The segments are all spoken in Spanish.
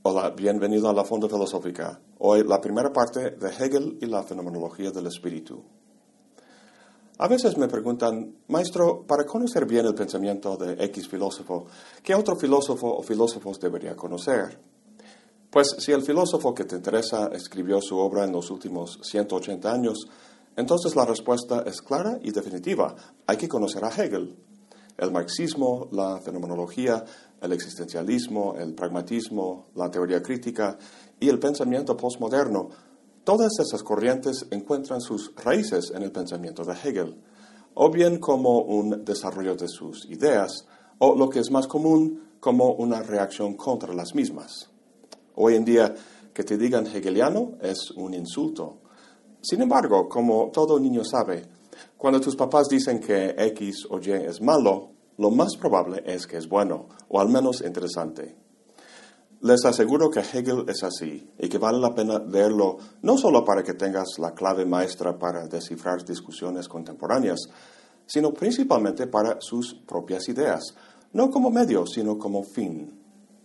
Hola, bienvenido a la Fonda Filosófica. Hoy la primera parte de Hegel y la fenomenología del espíritu. A veces me preguntan, maestro, para conocer bien el pensamiento de X filósofo, ¿qué otro filósofo o filósofos debería conocer? Pues si el filósofo que te interesa escribió su obra en los últimos 180 años, entonces la respuesta es clara y definitiva. Hay que conocer a Hegel. El marxismo, la fenomenología, el existencialismo, el pragmatismo, la teoría crítica y el pensamiento postmoderno, todas esas corrientes encuentran sus raíces en el pensamiento de Hegel, o bien como un desarrollo de sus ideas, o lo que es más común, como una reacción contra las mismas. Hoy en día, que te digan hegeliano es un insulto. Sin embargo, como todo niño sabe, cuando tus papás dicen que X o Y es malo, lo más probable es que es bueno, o al menos interesante. Les aseguro que Hegel es así, y que vale la pena leerlo no solo para que tengas la clave maestra para descifrar discusiones contemporáneas, sino principalmente para sus propias ideas, no como medio, sino como fin.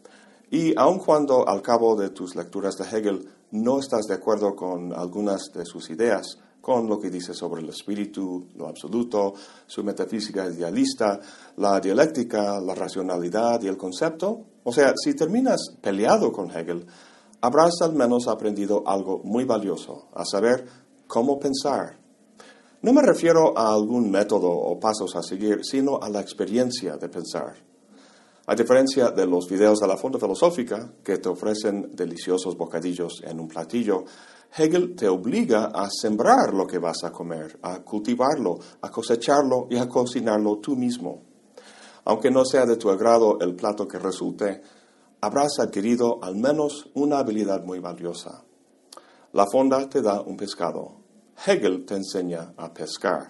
Y aun cuando al cabo de tus lecturas de Hegel no estás de acuerdo con algunas de sus ideas, con lo que dice sobre el espíritu, lo absoluto, su metafísica idealista, la dialéctica, la racionalidad y el concepto, o sea, si terminas peleado con Hegel, habrás al menos aprendido algo muy valioso, a saber, cómo pensar. No me refiero a algún método o pasos a seguir, sino a la experiencia de pensar. A diferencia de los videos de la Fonda Filosófica, que te ofrecen deliciosos bocadillos en un platillo, Hegel te obliga a sembrar lo que vas a comer, a cultivarlo, a cosecharlo y a cocinarlo tú mismo. Aunque no sea de tu agrado el plato que resulte, habrás adquirido al menos una habilidad muy valiosa. La Fonda te da un pescado. Hegel te enseña a pescar.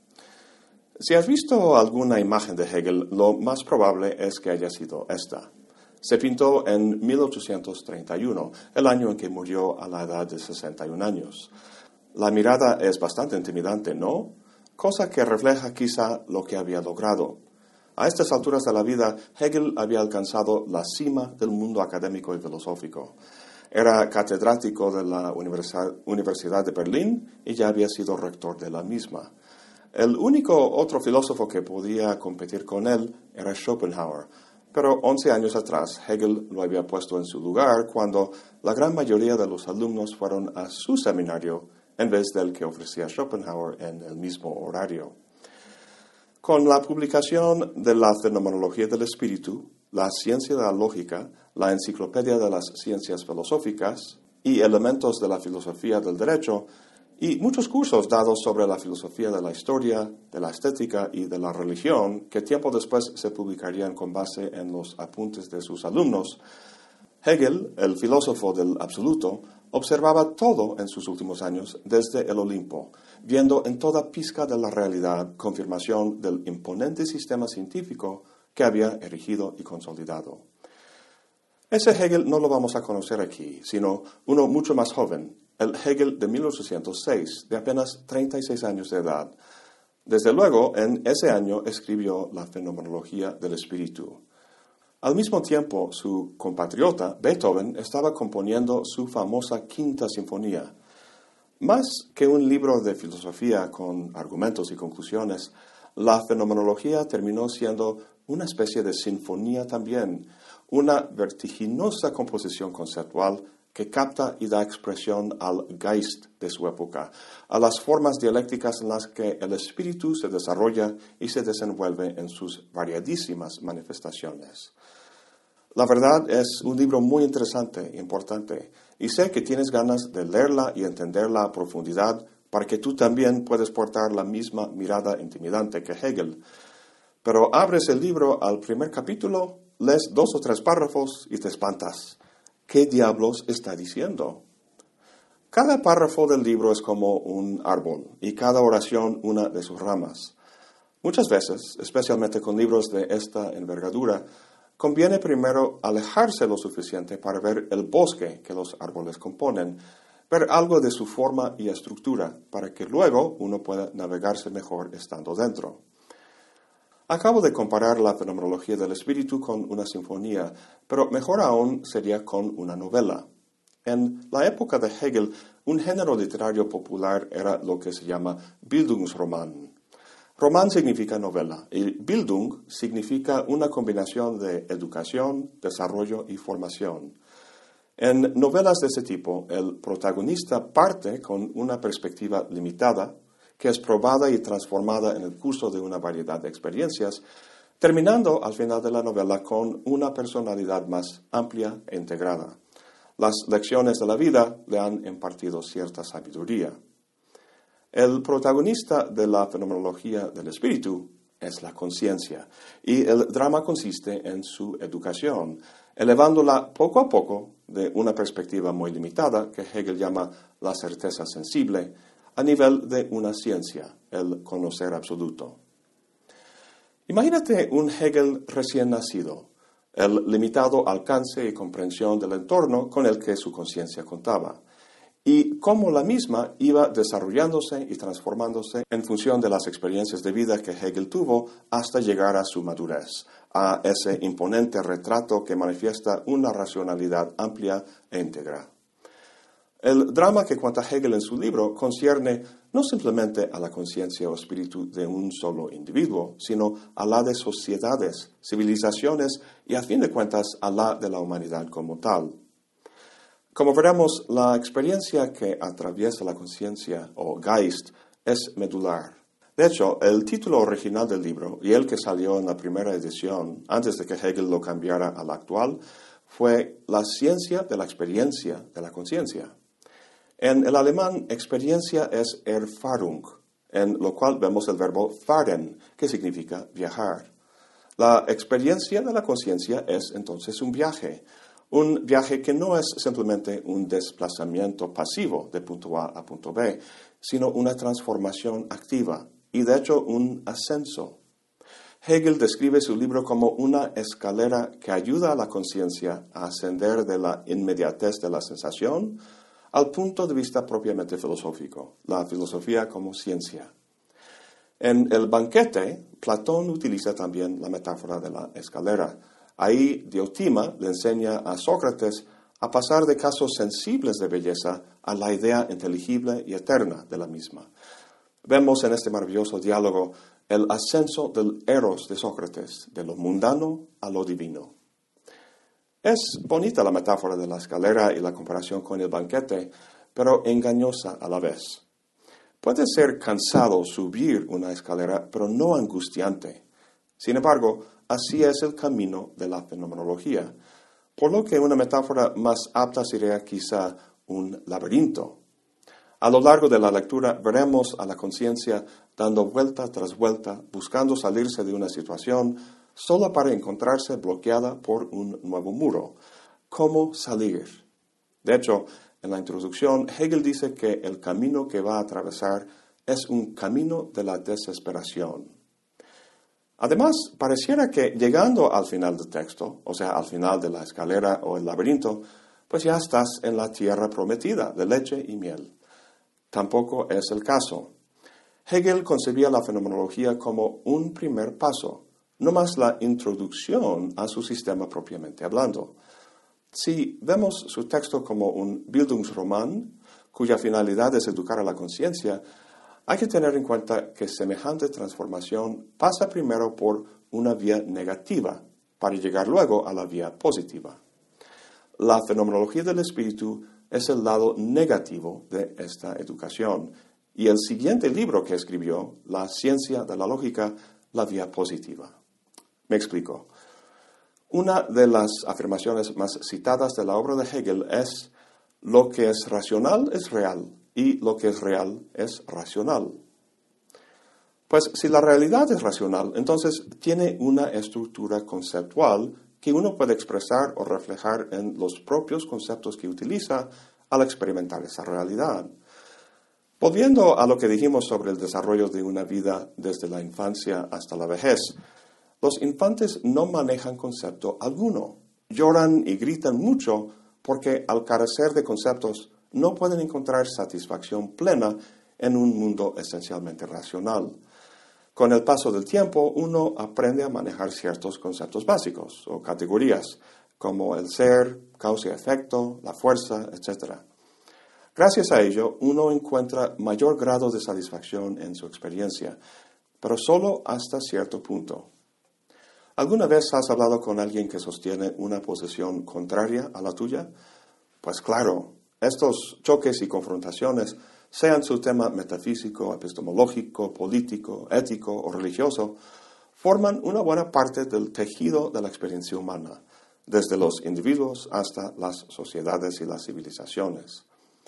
Si has visto alguna imagen de Hegel, lo más probable es que haya sido esta. Se pintó en 1831, el año en que murió a la edad de 61 años. La mirada es bastante intimidante, ¿no? Cosa que refleja quizá lo que había logrado. A estas alturas de la vida, Hegel había alcanzado la cima del mundo académico y filosófico. Era catedrático de la Universidad de Berlín y ya había sido rector de la misma. El único otro filósofo que podía competir con él era Schopenhauer, pero 11 años atrás Hegel lo había puesto en su lugar cuando la gran mayoría de los alumnos fueron a su seminario en vez del que ofrecía Schopenhauer en el mismo horario. Con la publicación de la Fenomenología del Espíritu, la Ciencia de la Lógica, la Enciclopedia de las Ciencias Filosóficas y Elementos de la Filosofía del Derecho, y muchos cursos dados sobre la filosofía de la historia, de la estética y de la religión, que tiempo después se publicarían con base en los apuntes de sus alumnos, Hegel, el filósofo del absoluto, observaba todo en sus últimos años desde el Olimpo, viendo en toda pizca de la realidad confirmación del imponente sistema científico que había erigido y consolidado. Ese Hegel no lo vamos a conocer aquí, sino uno mucho más joven, el Hegel de 1806, de apenas 36 años de edad. Desde luego, en ese año escribió la Fenomenología del Espíritu. Al mismo tiempo, su compatriota, Beethoven, estaba componiendo su famosa Quinta Sinfonía. Más que un libro de filosofía con argumentos y conclusiones, la fenomenología terminó siendo una especie de sinfonía también, una vertiginosa composición conceptual que capta y da expresión al Geist de su época, a las formas dialécticas en las que el espíritu se desarrolla y se desenvuelve en sus variadísimas manifestaciones. La verdad es un libro muy interesante e importante, y sé que tienes ganas de leerla y entenderla a profundidad para que tú también puedas portar la misma mirada intimidante que Hegel. Pero abres el libro al primer capítulo, lees 2 o 3 párrafos y te espantas. ¿Qué diablos está diciendo? Cada párrafo del libro es como un árbol y cada oración una de sus ramas. Muchas veces, especialmente con libros de esta envergadura, conviene primero alejarse lo suficiente para ver el bosque que los árboles componen, ver algo de su forma y estructura, para que luego uno pueda navegarse mejor estando dentro. Acabo de comparar la fenomenología del espíritu con una sinfonía, pero mejor aún sería con una novela. En la época de Hegel, un género literario popular era lo que se llama Bildungsroman. Roman significa novela y Bildung significa una combinación de educación, desarrollo y formación. En novelas de ese tipo, el protagonista parte con una perspectiva limitada, que es probada y transformada en el curso de una variedad de experiencias, terminando al final de la novela con una personalidad más amplia e integrada. Las lecciones de la vida le han impartido cierta sabiduría. El protagonista de la fenomenología del espíritu es la conciencia, y el drama consiste en su educación, elevándola poco a poco de una perspectiva muy limitada, que Hegel llama la certeza sensible, a nivel de una ciencia, el conocer absoluto. Imagínate un Hegel recién nacido, el limitado alcance y comprensión del entorno con el que su conciencia contaba, y cómo la misma iba desarrollándose y transformándose en función de las experiencias de vida que Hegel tuvo hasta llegar a su madurez, a ese imponente retrato que manifiesta una racionalidad amplia e íntegra. El drama que cuenta Hegel en su libro concierne no simplemente a la conciencia o espíritu de un solo individuo, sino a la de sociedades, civilizaciones y, a fin de cuentas, a la de la humanidad como tal. Como veremos, la experiencia que atraviesa la conciencia, o Geist, es medular. De hecho, el título original del libro, y el que salió en la primera edición, antes de que Hegel lo cambiara al actual, fue La ciencia de la experiencia de la conciencia. En el alemán, experiencia es Erfahrung, en lo cual vemos el verbo fahren, que significa viajar. La experiencia de la conciencia es entonces un viaje que no es simplemente un desplazamiento pasivo de punto A a punto B, sino una transformación activa y de hecho un ascenso. Hegel describe su libro como una escalera que ayuda a la conciencia a ascender de la inmediatez de la sensación al punto de vista propiamente filosófico, la filosofía como ciencia. En el banquete, Platón utiliza también la metáfora de la escalera. Ahí Diotima le enseña a Sócrates a pasar de casos sensibles de belleza a la idea inteligible y eterna de la misma. Vemos en este maravilloso diálogo el ascenso del eros de Sócrates, de lo mundano a lo divino. Es bonita la metáfora de la escalera y la comparación con el banquete, pero engañosa a la vez. Puede ser cansado subir una escalera, pero no angustiante. Sin embargo, así es el camino de la fenomenología, por lo que una metáfora más apta sería quizá un laberinto. A lo largo de la lectura veremos a la conciencia dando vuelta tras vuelta, buscando salirse de una situación solo para encontrarse bloqueada por un nuevo muro. ¿Cómo salir? De hecho, en la introducción, Hegel dice que el camino que va a atravesar es un camino de la desesperación. Además, pareciera que llegando al final del texto, o sea, al final de la escalera o el laberinto, pues ya estás en la tierra prometida de leche y miel. Tampoco es el caso. Hegel concebía la fenomenología como un primer paso, no más la introducción a su sistema propiamente hablando. Si vemos su texto como un Bildungsroman, cuya finalidad es educar a la conciencia, hay que tener en cuenta que semejante transformación pasa primero por una vía negativa, para llegar luego a la vía positiva. La fenomenología del espíritu es el lado negativo de esta educación, y el siguiente libro que escribió, La ciencia de la lógica, la vía positiva. Me explico. Una de las afirmaciones más citadas de la obra de Hegel es: lo que es racional es real y lo que es real es racional. Pues si la realidad es racional, entonces tiene una estructura conceptual que uno puede expresar o reflejar en los propios conceptos que utiliza al experimentar esa realidad. Volviendo a lo que dijimos sobre el desarrollo de una vida desde la infancia hasta la vejez, los infantes no manejan concepto alguno. Lloran y gritan mucho porque al carecer de conceptos no pueden encontrar satisfacción plena en un mundo esencialmente racional. Con el paso del tiempo, uno aprende a manejar ciertos conceptos básicos o categorías, como el ser, causa y efecto, la fuerza, etc. Gracias a ello, uno encuentra mayor grado de satisfacción en su experiencia, pero solo hasta cierto punto. ¿Alguna vez has hablado con alguien que sostiene una posición contraria a la tuya? Pues claro, estos choques y confrontaciones, sean su tema metafísico, epistemológico, político, ético o religioso, forman una buena parte del tejido de la experiencia humana, desde los individuos hasta las sociedades y las civilizaciones.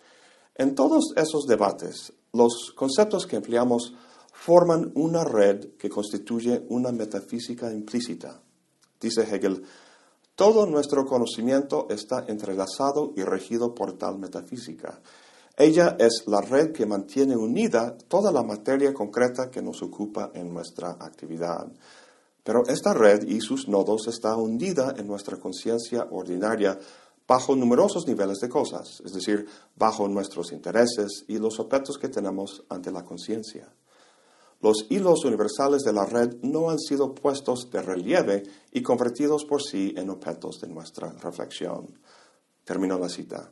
En todos esos debates, los conceptos que empleamos forman una red que constituye una metafísica implícita. Dice Hegel, todo nuestro conocimiento está entrelazado y regido por tal metafísica. Ella es la red que mantiene unida toda la materia concreta que nos ocupa en nuestra actividad. Pero esta red y sus nodos está hundida en nuestra conciencia ordinaria bajo numerosos niveles de cosas, es decir, bajo nuestros intereses y los objetos que tenemos ante la conciencia. Los hilos universales de la red no han sido puestos de relieve y convertidos por sí en objetos de nuestra reflexión. Termino la cita.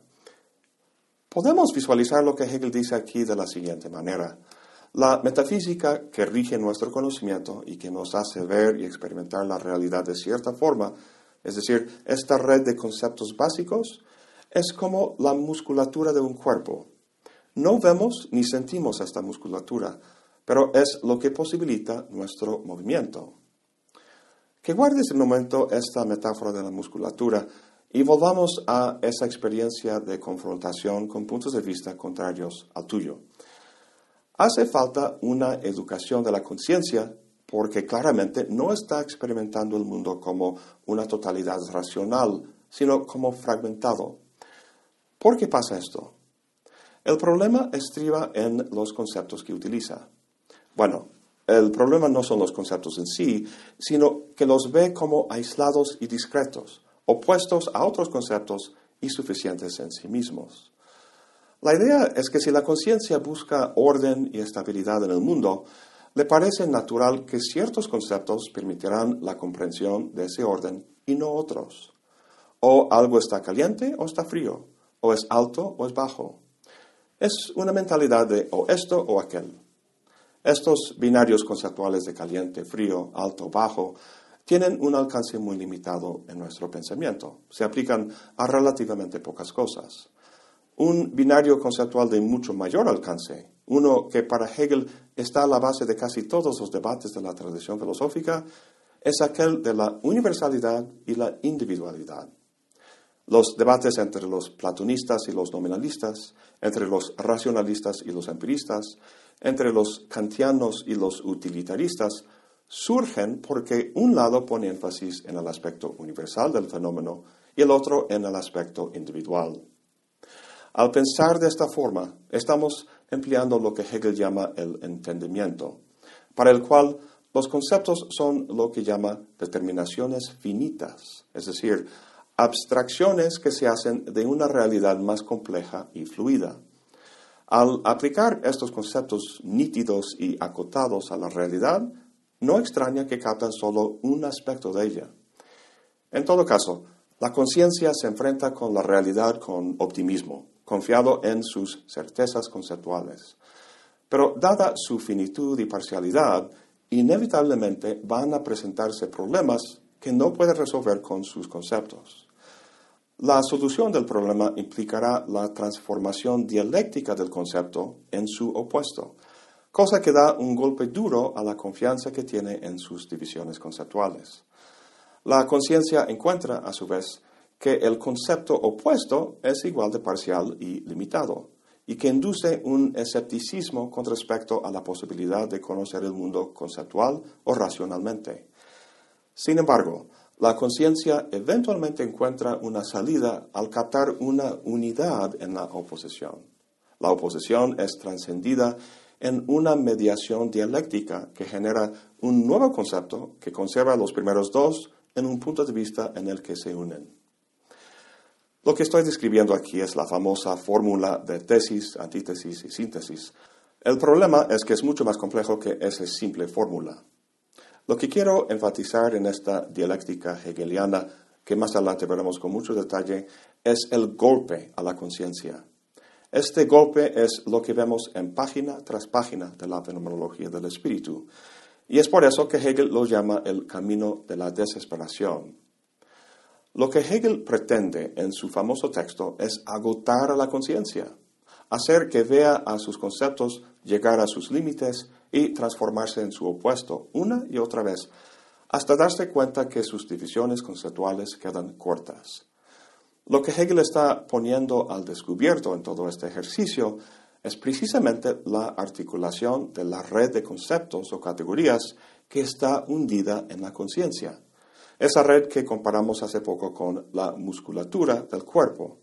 Podemos visualizar lo que Hegel dice aquí de la siguiente manera. La metafísica que rige nuestro conocimiento y que nos hace ver y experimentar la realidad de cierta forma, es decir, esta red de conceptos básicos, es como la musculatura de un cuerpo. No vemos ni sentimos esta musculatura, pero es lo que posibilita nuestro movimiento. Que guardes un momento esta metáfora de la musculatura y volvamos a esa experiencia de confrontación con puntos de vista contrarios al tuyo. Hace falta una educación de la conciencia porque claramente no está experimentando el mundo como una totalidad racional, sino como fragmentado. ¿Por qué pasa esto? El problema estriba en los conceptos que utiliza. Bueno, el problema no son los conceptos en sí, sino que los ve como aislados y discretos, opuestos a otros conceptos y suficientes en sí mismos. La idea es que si la conciencia busca orden y estabilidad en el mundo, le parece natural que ciertos conceptos permitirán la comprensión de ese orden y no otros. O algo está caliente o está frío, o es alto o es bajo. Es una mentalidad de o esto o aquel. Estos binarios conceptuales de caliente, frío, alto, bajo, tienen un alcance muy limitado en nuestro pensamiento. Se aplican a relativamente pocas cosas. Un binario conceptual de mucho mayor alcance, uno que para Hegel está a la base de casi todos los debates de la tradición filosófica, es aquel de la universalidad y la individualidad. Los debates entre los platonistas y los nominalistas, entre los racionalistas y los empiristas, entre los kantianos y los utilitaristas, surgen porque un lado pone énfasis en el aspecto universal del fenómeno y el otro en el aspecto individual. Al pensar de esta forma, estamos empleando lo que Hegel llama el entendimiento, para el cual los conceptos son lo que llama determinaciones finitas, es decir, abstracciones que se hacen de una realidad más compleja y fluida. Al aplicar estos conceptos nítidos y acotados a la realidad, no extraña que captan solo un aspecto de ella. En todo caso, la conciencia se enfrenta con la realidad con optimismo, confiado en sus certezas conceptuales. Pero dada su finitud y parcialidad, inevitablemente van a presentarse problemas que no puede resolver con sus conceptos. La solución del problema implicará la transformación dialéctica del concepto en su opuesto, cosa que da un golpe duro a la confianza que tiene en sus divisiones conceptuales. La conciencia encuentra, a su vez, que el concepto opuesto es igual de parcial y limitado, y que induce un escepticismo con respecto a la posibilidad de conocer el mundo conceptual o racionalmente. Sin embargo, la conciencia eventualmente encuentra una salida al captar una unidad en la oposición. La oposición es trascendida en una mediación dialéctica que genera un nuevo concepto que conserva los primeros dos en un punto de vista en el que se unen. Lo que estoy describiendo aquí es la famosa fórmula de tesis, antítesis y síntesis, El problema es que es mucho más complejo que esa simple fórmula. Lo que quiero enfatizar en esta dialéctica hegeliana, que más adelante veremos con mucho detalle, es el golpe a la conciencia. Este golpe es lo que vemos en página tras página de la fenomenología del espíritu. Y es por eso que Hegel lo llama el camino de la desesperación. Lo que Hegel pretende en su famoso texto es agotar a la conciencia, hacer que vea a sus conceptos llegar a sus límites y transformarse en su opuesto una y otra vez, hasta darse cuenta que sus divisiones conceptuales quedan cortas. Lo que Hegel está poniendo al descubierto en todo este ejercicio es precisamente la articulación de la red de conceptos o categorías que está hundida en la conciencia. Esa red que comparamos hace poco con la musculatura del cuerpo.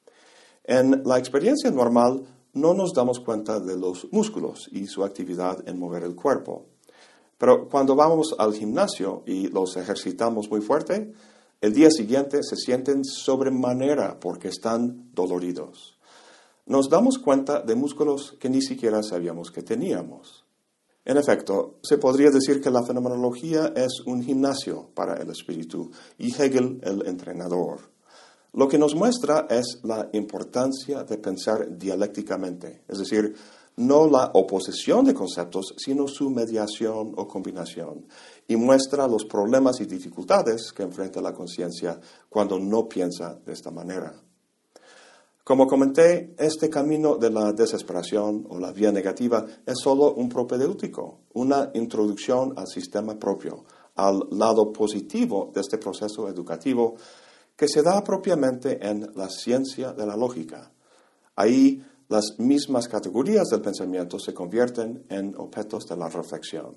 En la experiencia normal no nos damos cuenta de los músculos y su actividad en mover el cuerpo. Pero cuando vamos al gimnasio y los ejercitamos muy fuerte, el día siguiente se sienten sobremanera porque están doloridos. Nos damos cuenta de músculos que ni siquiera sabíamos que teníamos. En efecto, se podría decir que la fenomenología es un gimnasio para el espíritu y Hegel el entrenador. Lo que nos muestra es la importancia de pensar dialécticamente, es decir, no la oposición de conceptos, sino su mediación o combinación, y muestra los problemas y dificultades que enfrenta la conciencia cuando no piensa de esta manera. Como comenté, este camino de la desesperación o la vía negativa es solo un propedéutico, una introducción al sistema propio, al lado positivo de este proceso educativo que se da propiamente en la ciencia de la lógica. Ahí las mismas categorías del pensamiento se convierten en objetos de la reflexión.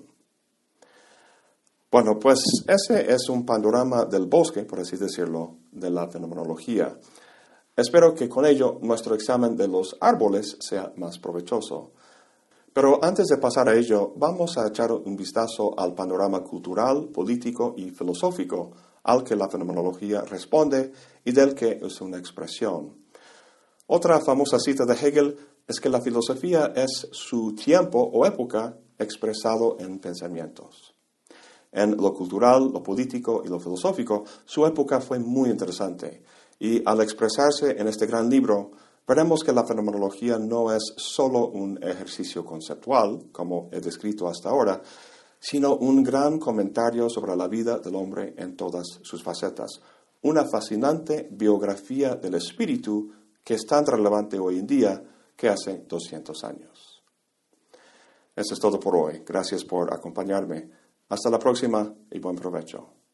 Bueno, pues ese es un panorama del bosque, por así decirlo, de la fenomenología. Espero que con ello nuestro examen de los árboles sea más provechoso. Pero antes de pasar a ello, vamos a echar un vistazo al panorama cultural, político y filosófico al que la fenomenología responde y del que es una expresión. Otra famosa cita de Hegel es que la filosofía es su tiempo o época expresado en pensamientos. En lo cultural, lo político y lo filosófico, su época fue muy interesante. Y al expresarse en este gran libro, veremos que la fenomenología no es solo un ejercicio conceptual, como he descrito hasta ahora, sino un gran comentario sobre la vida del hombre en todas sus facetas. Una fascinante biografía del espíritu que es tan relevante hoy en día que hace 200 años. Eso es todo por hoy. Gracias por acompañarme. Hasta la próxima y buen provecho.